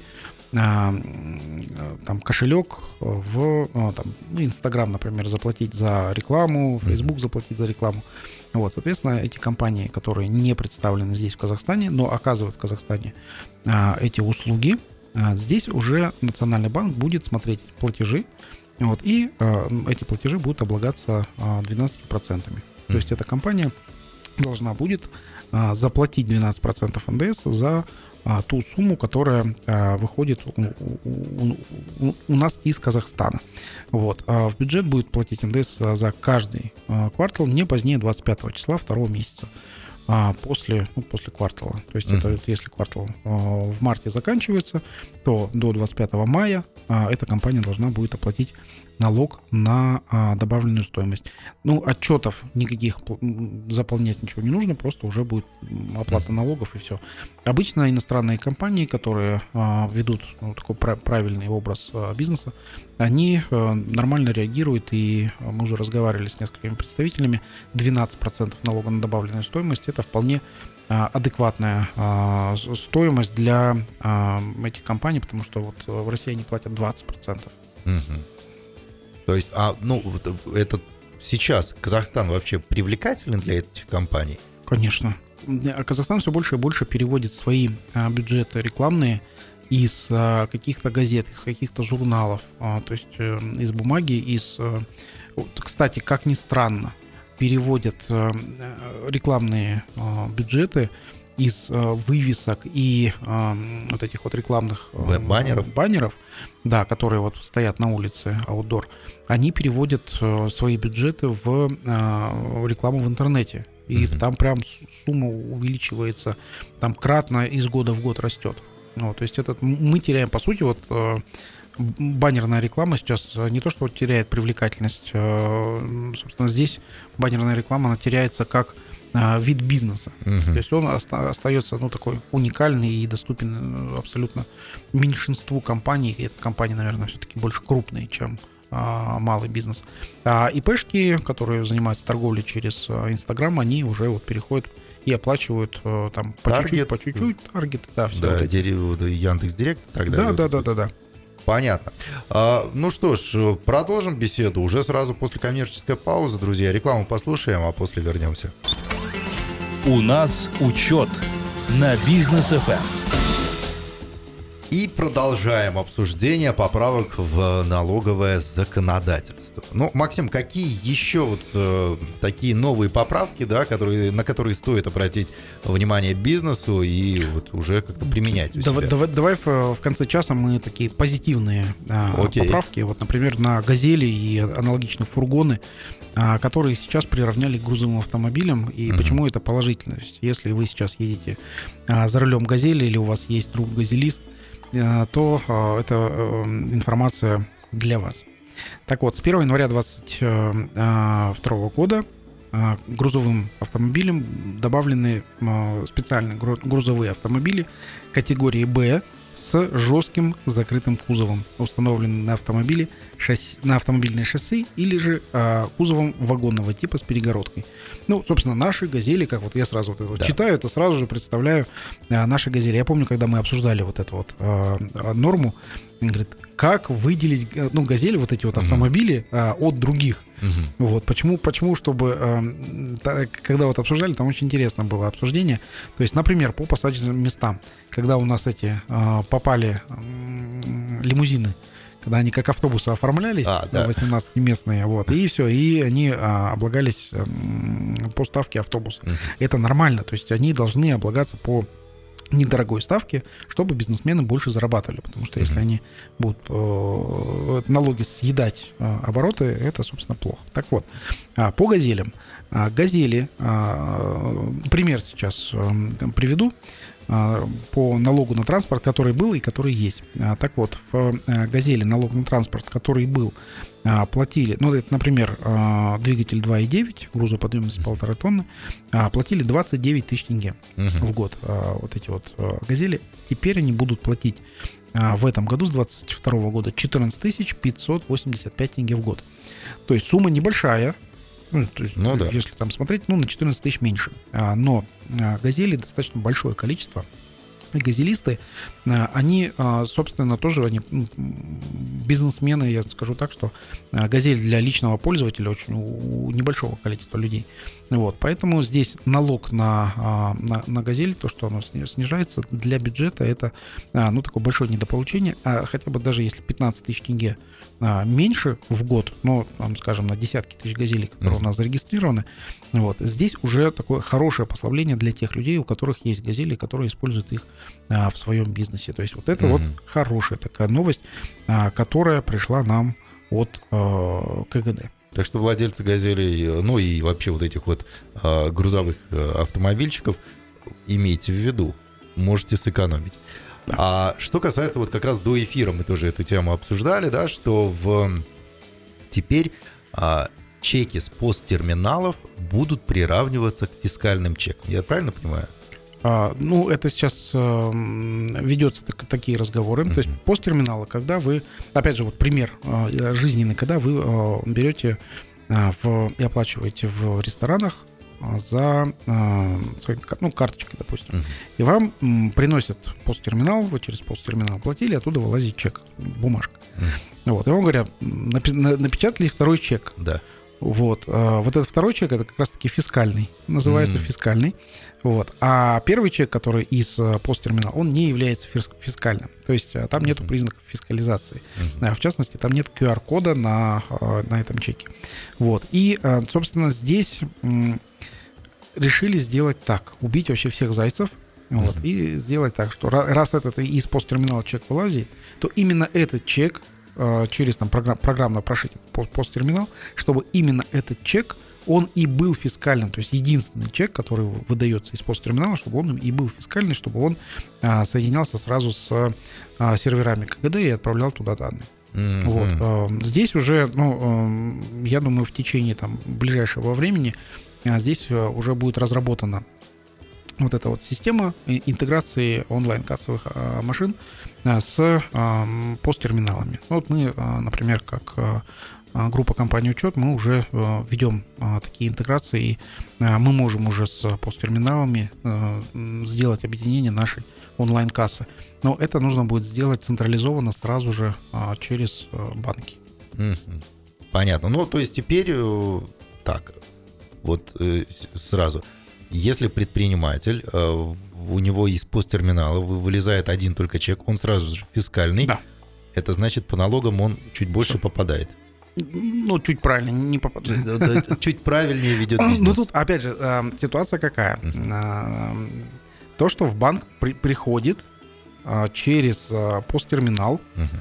B: там, кошелек в там, Инстаграм, например, заплатить за рекламу, Фейсбук заплатить за рекламу. Вот, соответственно, эти компании, которые не представлены здесь, в Казахстане, но оказывают в Казахстане а, эти услуги, а, здесь уже Национальный банк будет смотреть платежи, вот, и а, эти платежи будут облагаться а, двенадцатью процентами. Mm-hmm. То есть эта компания должна будет а, заплатить двенадцать процентов эн дэ эс за а, ту сумму, которая а, выходит у, у, у, у нас из Казахстана. Вот. А в бюджет будет платить эн дэ эс за каждый а, квартал не позднее двадцать пятого числа второго месяца а, после, ну, после квартала. То есть uh-huh. это, если квартал а, в марте заканчивается, то до двадцать пятого мая а, эта компания должна будет оплатить налог на а, добавленную стоимость. Ну, отчетов никаких заполнять ничего не нужно, просто уже будет оплата налогов и все. Обычно иностранные компании, которые а, ведут ну, такой пра- правильный образ а, бизнеса, они а, нормально реагируют, и а, мы уже разговаривали с несколькими представителями, двенадцать процентов налога на добавленную стоимость — это вполне а, адекватная а, стоимость для а, этих компаний, потому что вот в России они платят двадцать процентов.
A: Угу. То есть, а, ну, это сейчас Казахстан вообще привлекателен для этих компаний?
B: Конечно. Казахстан все больше и больше переводит свои а, бюджеты рекламные из а, каких-то газет, из каких-то журналов, а, то есть а, из бумаги, из... А, кстати, как ни странно, переводят а, рекламные а, бюджеты из а, вывесок и а, вот этих вот рекламных а,
A: баннеров.
B: баннеров, да, которые вот стоят на улице, аутдор, они переводят а, свои бюджеты в а, рекламу в интернете. И uh-huh. там прям сумма увеличивается, там кратно из года в год растет. Вот, то есть этот, мы теряем, по сути, вот э, баннерная реклама сейчас не то, что теряет привлекательность, э, собственно, здесь баннерная реклама, она теряется как э, вид бизнеса. Uh-huh. То есть он оста- остается, ну, такой уникальный и доступен абсолютно меньшинству компаний. И эта компания, наверное, все-таки больше крупные, чем малый бизнес. А ИПшки, которые занимаются торговлей через Инстаграм, они уже вот переходят и оплачивают там по
A: Таргет.
B: чуть-чуть, по чуть-чуть, таргеты, да, все.
A: Да,
B: вот
A: Яндекс.Директ и так далее.
B: Да, да, да, да, да.
A: Понятно. А, ну что ж, продолжим беседу уже сразу после коммерческой паузы, друзья. Рекламу послушаем, а после вернемся.
C: У нас учет на Бизнес эф эм.
A: И продолжаем обсуждение поправок в налоговое законодательство. Ну, Максим, какие еще вот э, такие новые поправки, да, которые, на которые стоит обратить внимание бизнесу и вот уже как-то применять у
B: давай,
A: себя?
B: Давай, давай в, в конце часа мы такие позитивные а, поправки. Вот, например, на «Газели» и аналогичные фургоны, а, которые сейчас приравняли к грузовым автомобилям. И uh-huh. почему это положительно? Если вы сейчас едете а, за рулем «Газели» или у вас есть друг-газелист, то э, это э, информация для вас. Так вот, с первого января двадцать второго года э, грузовым автомобилям добавлены э, специальные грузовые автомобили категории «Б» с жестким закрытым кузовом, установленным на автомобиле шасси, на автомобильное шасси или же а, кузовом вагонного типа с перегородкой. Ну, собственно, наши «Газели», как вот я сразу вот это вот да. читаю, это сразу же представляю а, наши «Газели». Я помню, когда мы обсуждали вот эту вот а, норму, он говорит, как выделить, ну, «Газели», вот эти вот автомобили uh-huh. а, от других. Uh-huh. Вот, почему, почему, чтобы, а, та, когда вот обсуждали, там очень интересно было обсуждение. То есть, например, по посадочным местам, когда у нас эти а, попали а, лимузины, когда они как автобусы оформлялись, а, да. восемнадцатиместные, вот, и все, и они а, облагались а, по ставке автобуса. Uh-huh. Это нормально, то есть они должны облагаться по недорогой ставки, чтобы бизнесмены больше зарабатывали, потому что если mm-hmm. они будут э, налоги съедать э, обороты, это, собственно, плохо. Так вот, э, по «Газелям». Э, «Газели», э, пример сейчас э, приведу, э, по налогу на транспорт, который был и который есть. Э, так вот, в э, «Газели» налог на транспорт, который был, э, платили, ну, это, например, э, двигатель два и девять, грузоподъемность полтора тонны, э, платили двадцать девять тысяч тенге uh-huh. в год. Э, вот эти вот э, «Газели». Теперь они будут платить э, в этом году, с двадцать второго года, четырнадцать тысяч пятьсот восемьдесят пять тенге в год. То есть сумма небольшая. Ну, то есть, ну, да. Если там смотреть, ну, на четырнадцать тысяч меньше. А, но а, «Газели» достаточно большое количество. И газелисты, а, они, а, собственно, тоже они, бизнесмены, я скажу так, что а, «Газель» для личного пользователя очень у, у небольшого количества людей. Вот, поэтому здесь налог на, а, на, на «Газель», то, что оно снижается, для бюджета это а, ну, такое большое недополучение. А хотя бы даже если пятнадцать тысяч тенге а, меньше в год, ну, там, скажем, на десятки тысяч «Газелей», которые mm-hmm. у нас зарегистрированы, вот, здесь уже такое хорошее послабление для тех людей, у которых есть «Газели», которые используют их а, в своем бизнесе. То есть вот это mm-hmm. вот хорошая такая новость, а, которая пришла нам от а, КГД.
A: Так что владельцы «Газелей», ну и вообще вот этих вот а, грузовых а, автомобильчиков, имейте в виду, можете сэкономить. Да. А что касается вот как раз до эфира, мы тоже эту тему обсуждали, да, что в... теперь а, чеки с посттерминалов будут приравниваться к фискальным чекам. Я правильно понимаю?
B: А, ну, это сейчас а, ведется так, такие разговоры. Mm-hmm. То есть посттерминалы, когда вы, опять же, вот пример а, жизненный, когда вы а, берете а, в, и оплачиваете в ресторанах за э, своей, ну, карточкой, допустим. Uh-huh. И вам м, приносят посттерминал, вы через посттерминал платили, оттуда вылазит чек, бумажка. Uh-huh. Вот, и вам говорят, напи- напечатали второй чек.
A: Да.
B: Вот, э, вот этот второй чек, это как раз-таки фискальный, называется mm. фискальный. Вот. А первый чек, который из э, посттерминала, он не является фис- фискальным. То есть э, там нету mm-hmm. признаков фискализации. Mm-hmm. В частности, там нет ку ар-кода на, э, на этом чеке. Вот. И, э, собственно, здесь э, решили сделать так. Убить вообще всех зайцев. Mm-hmm. Вот, и сделать так, что раз этот из посттерминала чек вылазит, то именно этот чек через там, программ, программно прошить посттерминал, чтобы именно этот чек, он и был фискальным, то есть единственный чек, который выдается из посттерминала, чтобы он и был фискальный, чтобы он а, соединялся сразу с а, серверами ка гэ дэ и отправлял туда данные. Mm-hmm. Вот. А, здесь уже, ну, а, я думаю, в течение там, ближайшего времени а, здесь а, уже будет разработана вот эта вот система интеграции онлайн-кассовых а, машин а, с а, посттерминалами. Вот мы, а, например, как а, группа компании «Учет», мы уже а, ведем а, такие интеграции, и а, мы можем уже с посттерминалами а, сделать объединение нашей онлайн-кассы. Но это нужно будет сделать централизованно сразу же а, через а, банки.
A: Mm-hmm. Понятно. Ну, то есть теперь так, вот сразу... Если предприниматель, у него из посттерминала вылезает один только чек, он сразу же фискальный,
B: да.
A: Это значит, по налогам он чуть больше Что? попадает.
B: Ну, чуть правильно, не попадает.
A: Чуть правильнее ведет бизнес.
B: Ну, тут, опять же, ситуация какая? То, что в банк приходит через посттерминал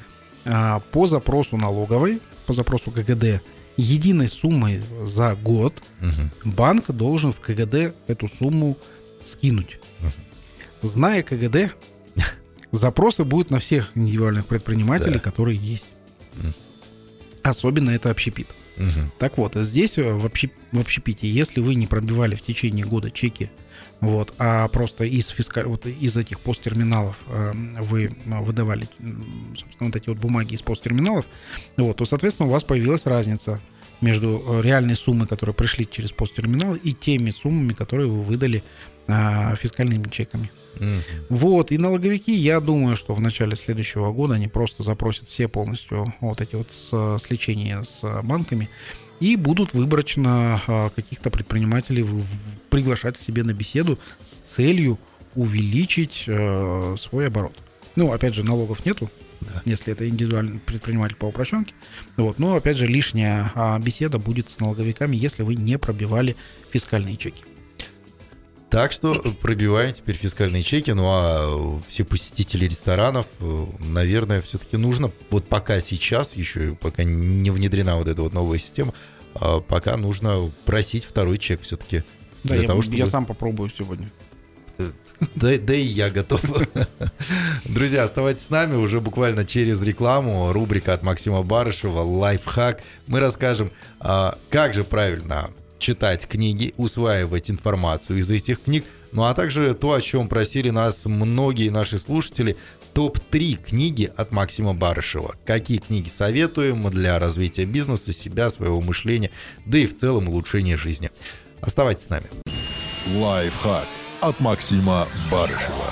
B: по запросу налоговой, по запросу ка гэ дэ, единой суммой за год угу. банк должен в ка гэ дэ эту сумму скинуть. Угу. Зная ка гэ дэ, запросы будут на всех индивидуальных предпринимателей, да. которые есть. Угу. Особенно это общепит. Угу. Так вот, здесь в, общеп... в общепите, если вы не пробивали в течение года чеки, вот, а просто из, фиска... вот, из этих посттерминалов э, вы выдавали, собственно, вот эти вот бумаги из посттерминалов, вот, то, соответственно, у вас появилась разница между реальной суммой, которые пришли через посттерминал, и теми суммами, которые вы выдали э, фискальными чеками. Mm-hmm. Вот, и налоговики, я думаю, что в начале следующего года они просто запросят все полностью вот эти вот с, сличения с банками и будут выборочно э, каких-то предпринимателей в, в, приглашать к себе на беседу с целью увеличить э, свой оборот. Ну, опять же, налогов нету, да. если это индивидуальный предприниматель по упрощенке. Вот, но, опять же, лишняя э, беседа будет с налоговиками, если вы не пробивали фискальные чеки.
A: Так что пробиваем теперь фискальные чеки. Ну а все посетители ресторанов, наверное, все-таки нужно, вот пока сейчас, еще пока не внедрена вот эта вот новая система, пока нужно просить второй чек все-таки.
B: Да, я, того, чтобы... я сам попробую сегодня.
A: Да, да и я готов. Друзья, оставайтесь с нами. Уже буквально через рекламу рубрика от Максима Барышева «Лайфхак». Мы расскажем, как же правильно читать книги, усваивать информацию из этих книг, ну а также то, о чем просили нас многие наши слушатели, топ три книги от Максима Барышева. Какие книги советуем для развития бизнеса, себя, своего мышления, да и в целом улучшения жизни. Оставайтесь с нами.
C: Лайфхак от Максима Барышева.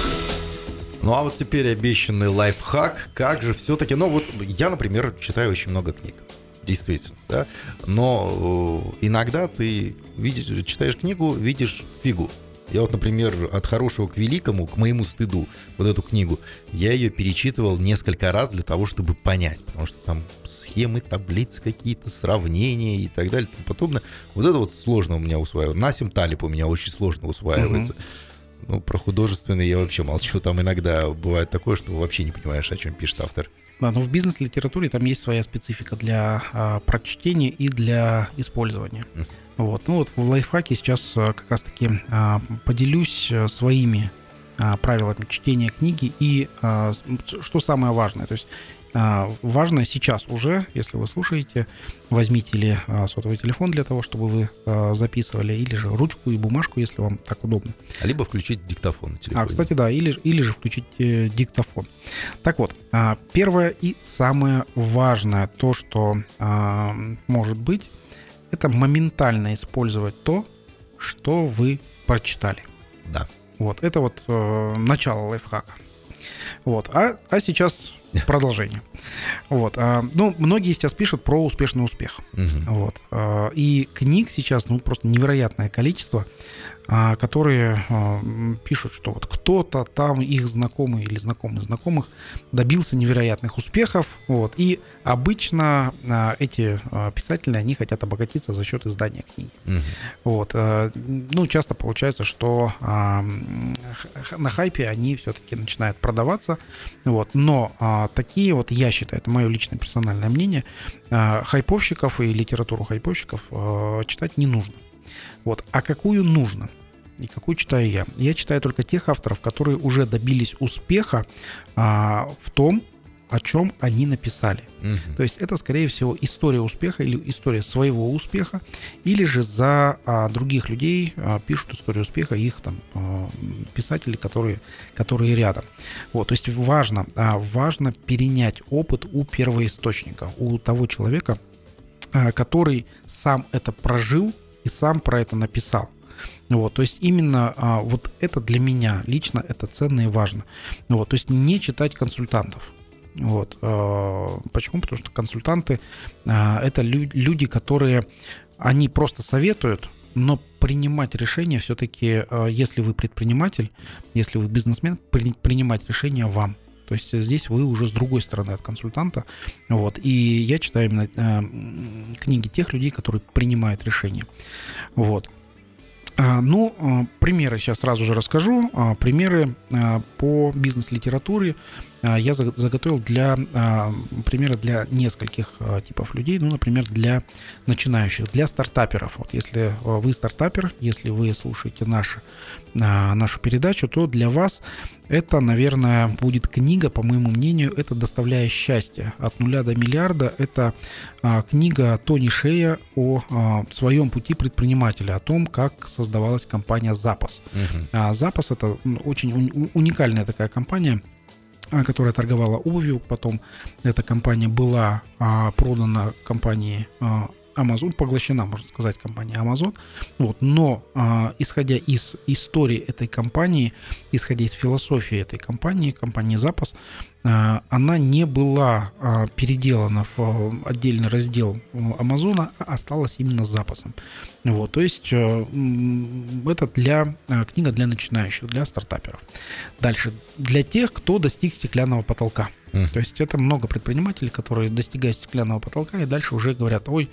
A: Ну а вот теперь обещанный лайфхак. Как же все-таки... Ну вот я, например, читаю очень много книг. Действительно, да. Но э, иногда ты видишь, читаешь книгу, видишь фигу. Я вот, например, «От хорошего к великому», к моему стыду, вот эту книгу, я ее перечитывал несколько раз для того, чтобы понять. Потому что там схемы, таблицы какие-то, сравнения и так далее и тому подобное. Вот это вот сложно у меня усваивается. Насим Талиб у меня очень сложно усваивается. Uh-huh. Ну, про художественный я вообще молчу. Там иногда бывает такое, что вообще не понимаешь, о чем пишет автор.
B: Да, но в бизнес-литературе там есть своя специфика для а, прочтения и для использования. Uh-huh. Вот. Ну вот в лайфхаке сейчас а, как раз-таки а, поделюсь а, своими а, правилами чтения книги и а, что самое важное. То есть а, важно сейчас уже, если вы слушаете, возьмите или а, сотовый телефон для того, чтобы вы а, записывали, или же ручку и бумажку, если вам так удобно.
A: Либо включить диктофон на телефоне.
B: А, кстати, да, или, или же включить э, диктофон. Так вот, а, первое и самое важное, то, что а, может быть, это моментально использовать то, что вы прочитали.
A: Да.
B: Вот, это вот э, начало лайфхака. Вот, а, а сейчас продолжение. Вот, а, ну, многие сейчас пишут про успешный успех.
A: Угу.
B: Вот, а, и книг сейчас, ну, просто невероятное количество, а, которые а, пишут, что вот кто-то там, их знакомый или знакомый знакомых, добился невероятных успехов. Вот, и обычно а, эти а, писатели, они хотят обогатиться за счет издания книги.
A: Угу.
B: Вот, а, ну, часто получается, что а, на хайпе они все-таки начинают продаваться. Вот, но а, такие вот, я считаю, это мое личное персональное мнение, а, хайповщиков и литературу хайповщиков а, читать не нужно. Вот. А какую нужно? И какую читаю я? Я читаю только тех авторов, которые уже добились успеха а, в том, о чем они написали. Uh-huh. То есть это, скорее всего, история успеха или история своего успеха, или же за а, других людей а, пишут историю успеха их там а, писатели, которые, которые рядом. Вот, то есть важно, а, важно перенять опыт у первоисточника, у того человека, а, который сам это прожил и сам про это написал. Вот, то есть именно а, вот это для меня лично это ценно и важно. Вот, то есть не читать консультантов. Вот, а, почему? Потому что консультанты а, это лю- люди, которые они просто советуют, но принимать решения все-таки, а, если вы предприниматель, если вы бизнесмен, при- принимать решения вам. То есть здесь вы уже с другой стороны от консультанта. Вот. И я читаю именно э, книги тех людей, которые принимают решения. Вот. А, ну, а, примеры сейчас сразу же расскажу. А, примеры а, по бизнес-литературе а, я за- заготовил для а, примеры для нескольких а, типов людей. Ну, например, для начинающих, для стартаперов. Вот если вы стартапер, если вы слушаете наш, а, нашу передачу, то для вас это, наверное, будет книга, по моему мнению, это «Доставляя счастье. От нуля до миллиарда». Это а, книга Тони Шея о а, своем пути предпринимателя, о том, как создавалась компания «Запас». Uh-huh. А, «Запас» — это очень уни- уникальная такая компания, которая торговала обувью. Потом эта компания была а, продана компании а, Amazon, поглощена, можно сказать, компания Amazon. Вот. Но, а, исходя из истории этой компании, исходя из философии этой компании, компании «Запас», а, она не была а, переделана в отдельный раздел Амазона, а осталась именно с запасом. Вот. То есть а, это для, а, книга для начинающих, для стартаперов. Дальше. Для тех, кто достиг стеклянного потолка. Mm. То есть это много предпринимателей, которые достигают стеклянного потолка и дальше уже говорят: ой,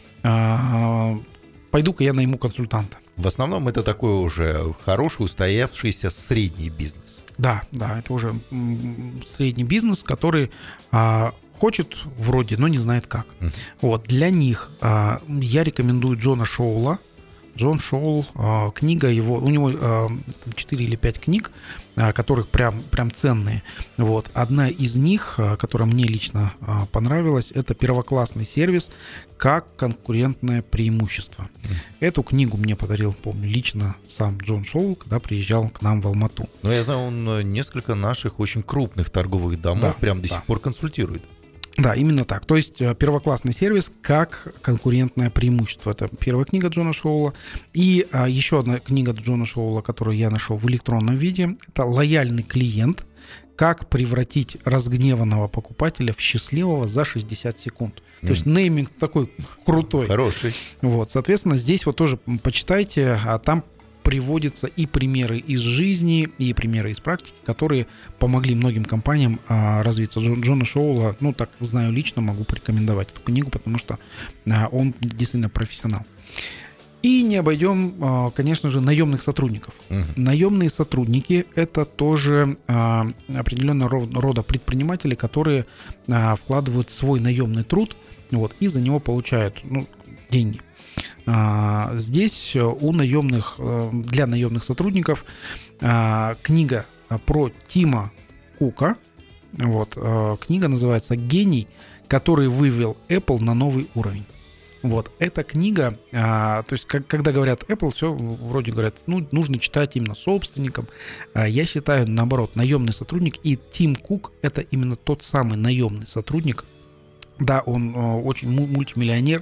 B: пойду-ка я найму консультанта.
A: В основном это такой уже хороший, устоявшийся средний бизнес.
B: Да, да, это уже средний бизнес, который а, хочет вроде, но не знает как. Mm. Вот, для них а, я рекомендую Джона Шоула. Джон Шоул, э, книга его, у него э, четыре или пять книг, э, которых прям, прям ценные. Вот. Одна из них, э, которая мне лично э, понравилась, это «Первоклассный сервис как конкурентное преимущество». Mm. Эту книгу мне подарил, помню, лично сам Джон Шоул, когда приезжал к нам в Алмату.
A: Ну, я знаю, он несколько наших очень крупных торговых домов да, прям до да. сих пор консультирует.
B: Да, именно так. То есть первоклассный сервис как конкурентное преимущество. Это первая книга Джона Шоула. И а, еще одна книга Джона Шоула, которую я нашел в электронном виде, это «Лояльный клиент. Как превратить разгневанного покупателя в счастливого за шестьдесят секунд». Mm. То есть нейминг такой крутой.
A: Хороший.
B: Вот, соответственно, здесь вот тоже почитайте, а там приводятся и примеры из жизни, и примеры из практики, которые помогли многим компаниям а, развиться. Джон, Джона Шоула, ну, так знаю лично, могу порекомендовать эту книгу, потому что а, он действительно профессионал. И не обойдем, а, конечно же, наемных сотрудников. Uh-huh. Наемные сотрудники — это тоже а, определенного рода предприниматели, которые а, вкладывают свой наемный труд, вот, и за него получают, ну, деньги. Здесь у наемных, для наемных сотрудников книга про Тима Кука. Вот, книга называется «Гений, который вывел Apple на новый уровень». Вот, эта книга, то есть, когда говорят Apple, все вроде говорят, ну, нужно читать именно собственникам. Я считаю, наоборот, наемный сотрудник, и Тим Кук — это именно тот самый наемный сотрудник, Да, он э, очень му- мультимиллионер,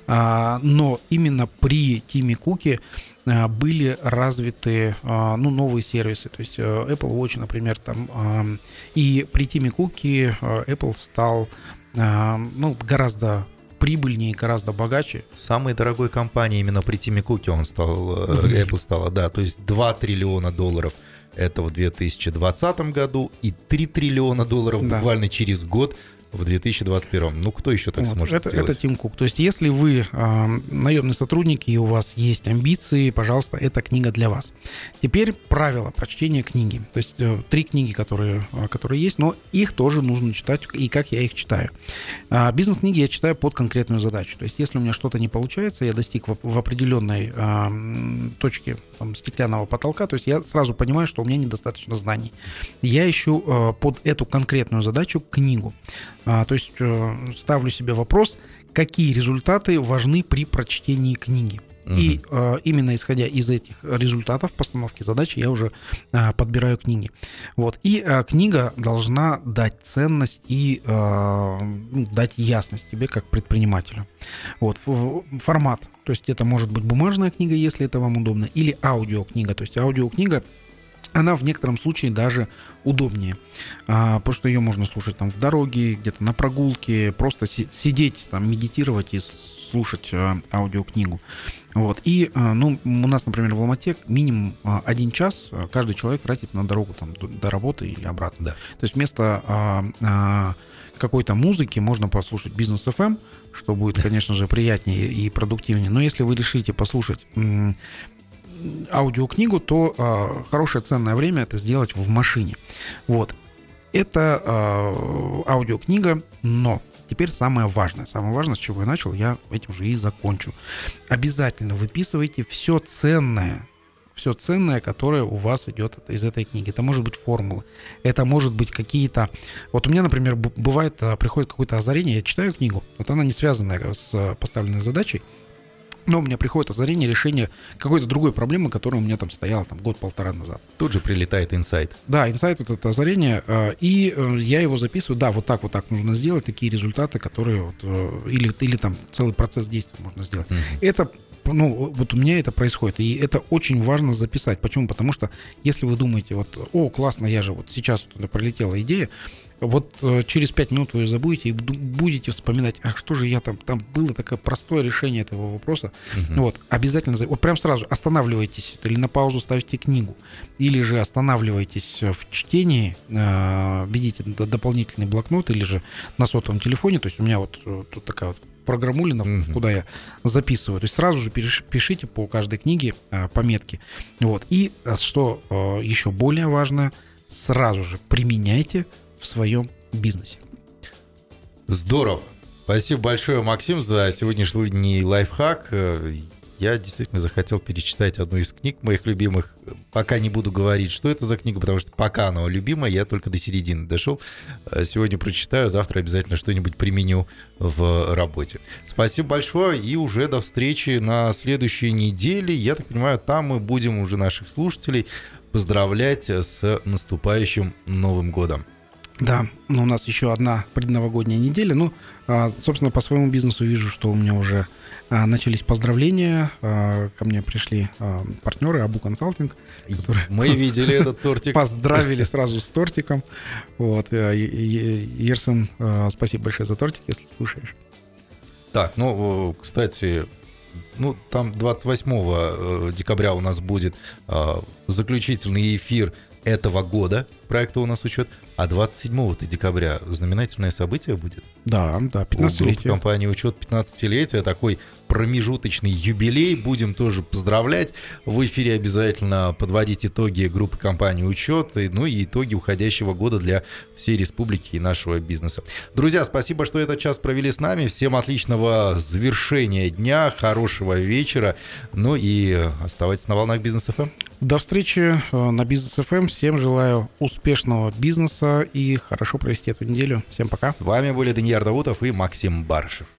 B: э, но именно при Тиме Куке э, были развиты э, ну, новые сервисы. То есть э, Apple Watch, например, там. Э, и при Тиме Куке э, Apple стал э, ну, гораздо прибыльнее, гораздо богаче.
A: Самой дорогой компанией именно при Тиме Куке он стал, Apple стала, да, то есть два триллиона долларов это в две тысячи двадцатом году и три триллиона долларов
B: Да.
A: буквально через год в две тысячи двадцать первом. Ну, кто еще так
B: Вот,
A: сможет
B: это,
A: сделать?
B: это Тим Кук. То есть, если вы э, наемный сотрудник и у вас есть амбиции, пожалуйста, эта книга для вас. Теперь правила прочтения книги. То есть, э, три книги, которые, э, которые есть, но их тоже нужно читать, и как я их читаю. А бизнес-книги я читаю под конкретную задачу. То есть, если у меня что-то не получается, я достиг в, в определенной э, точке там, стеклянного потолка, то есть, я сразу понимаю, что у меня недостаточно знаний. Я ищу э, под эту конкретную задачу книгу. А, то есть э, ставлю себе вопрос, какие результаты важны при прочтении книги. Uh-huh. И э, именно исходя из этих результатов постановки задачи я уже э, подбираю книги. Вот. И э, книга должна дать ценность и э, ну, дать ясность тебе как предпринимателю. Вот. Формат. То есть это может быть бумажная книга, если это вам удобно, или аудиокнига. То есть аудиокнига, она в некотором случае даже удобнее, а, потому что ее можно слушать там в дороге, где-то на прогулке, просто си- сидеть, там, медитировать и слушать а, аудиокнигу. Вот. И, а, ну, у нас, например, в Алмате минимум а, один час каждый человек тратит на дорогу там, до, до работы или обратно.
A: Да.
B: То есть вместо а, а, какой-то музыки можно послушать Бизнес эф эм, что будет, конечно же, приятнее и продуктивнее. Но если вы решите послушать м- аудиокнигу, то э, хорошее ценное время это сделать в машине. Вот. Это э, аудиокнига, но теперь самое важное. Самое важное, с чего я начал, я этим же и закончу. Обязательно выписывайте все ценное, все ценное, которое у вас идет из этой книги. Это может быть формулы, это может быть какие-то... Вот у меня, например, бывает, приходит какое-то озарение, я читаю книгу, вот она не связанная с поставленной задачей, но у меня приходит озарение решения какой-то другой проблемы, которая у меня там стояла там, год-полтора назад.
A: Тут же прилетает инсайт.
B: Да, инсайт, вот это озарение, и я его записываю, да, вот так вот так нужно сделать, такие результаты, которые вот, или, или там целый процесс действий можно сделать. Mm-hmm. Это, ну, вот у меня это происходит, и это очень важно записать. Почему? Потому что если вы думаете, вот, о, классно, я же вот сейчас вот пролетела идея, вот э, через пять минут вы ее забудете и будете вспоминать, ах, что же я там, там было такое простое решение этого вопроса. Uh-huh. Вот, обязательно, вот прям сразу останавливайтесь, или на паузу ставите книгу, или же останавливайтесь в чтении, э, ведите дополнительный блокнот, или же на сотовом телефоне, то есть у меня вот тут такая вот программулина, uh-huh. куда я записываю. То есть сразу же пишите по каждой книге э, пометки. Вот. И что э, еще более важно, сразу же применяйте в своем бизнесе.
A: Здорово. Спасибо большое, Максим, за сегодняшний лайфхак. Я действительно захотел перечитать одну из книг моих любимых. Пока не буду говорить, что это за книга, потому что пока она любимая, я только до середины дошел. Сегодня прочитаю, завтра обязательно что-нибудь применю в работе. Спасибо большое, и уже до встречи на следующей неделе. Я так понимаю, там мы будем уже наших слушателей поздравлять с наступающим Новым годом.
B: Да, но у нас еще одна предновогодняя неделя. Ну, собственно, по своему бизнесу вижу, что у меня уже начались поздравления. Ко мне пришли партнеры Абу Консалтинг, которые
A: мы видели этот тортик.
B: Поздравили сразу с тортиком. Вот, Ерсен, спасибо большое за тортик, если слушаешь.
A: Так, ну, кстати, ну, там двадцать восьмого декабря у нас будет заключительный эфир этого года проекта «У нас учет», а двадцать седьмого декабря знаменательное событие будет.
B: Да, да, пятнадцатилетие.
A: У группы компании «Учет» пятнадцатилетие, такой промежуточный юбилей, будем тоже поздравлять. В эфире обязательно подводить итоги группы компании «Учет», ну и итоги уходящего года для всей республики и нашего бизнеса. Друзья, спасибо, что этот час провели с нами. Всем отличного завершения дня, хорошего вечера, ну и оставайтесь на волнах Бизнес эф эм.
B: До встречи на Бизнес эф эм. Всем желаю успешного бизнеса и хорошо провести эту неделю. Всем пока.
A: С вами были Данияр Даутов и Максим Барышев.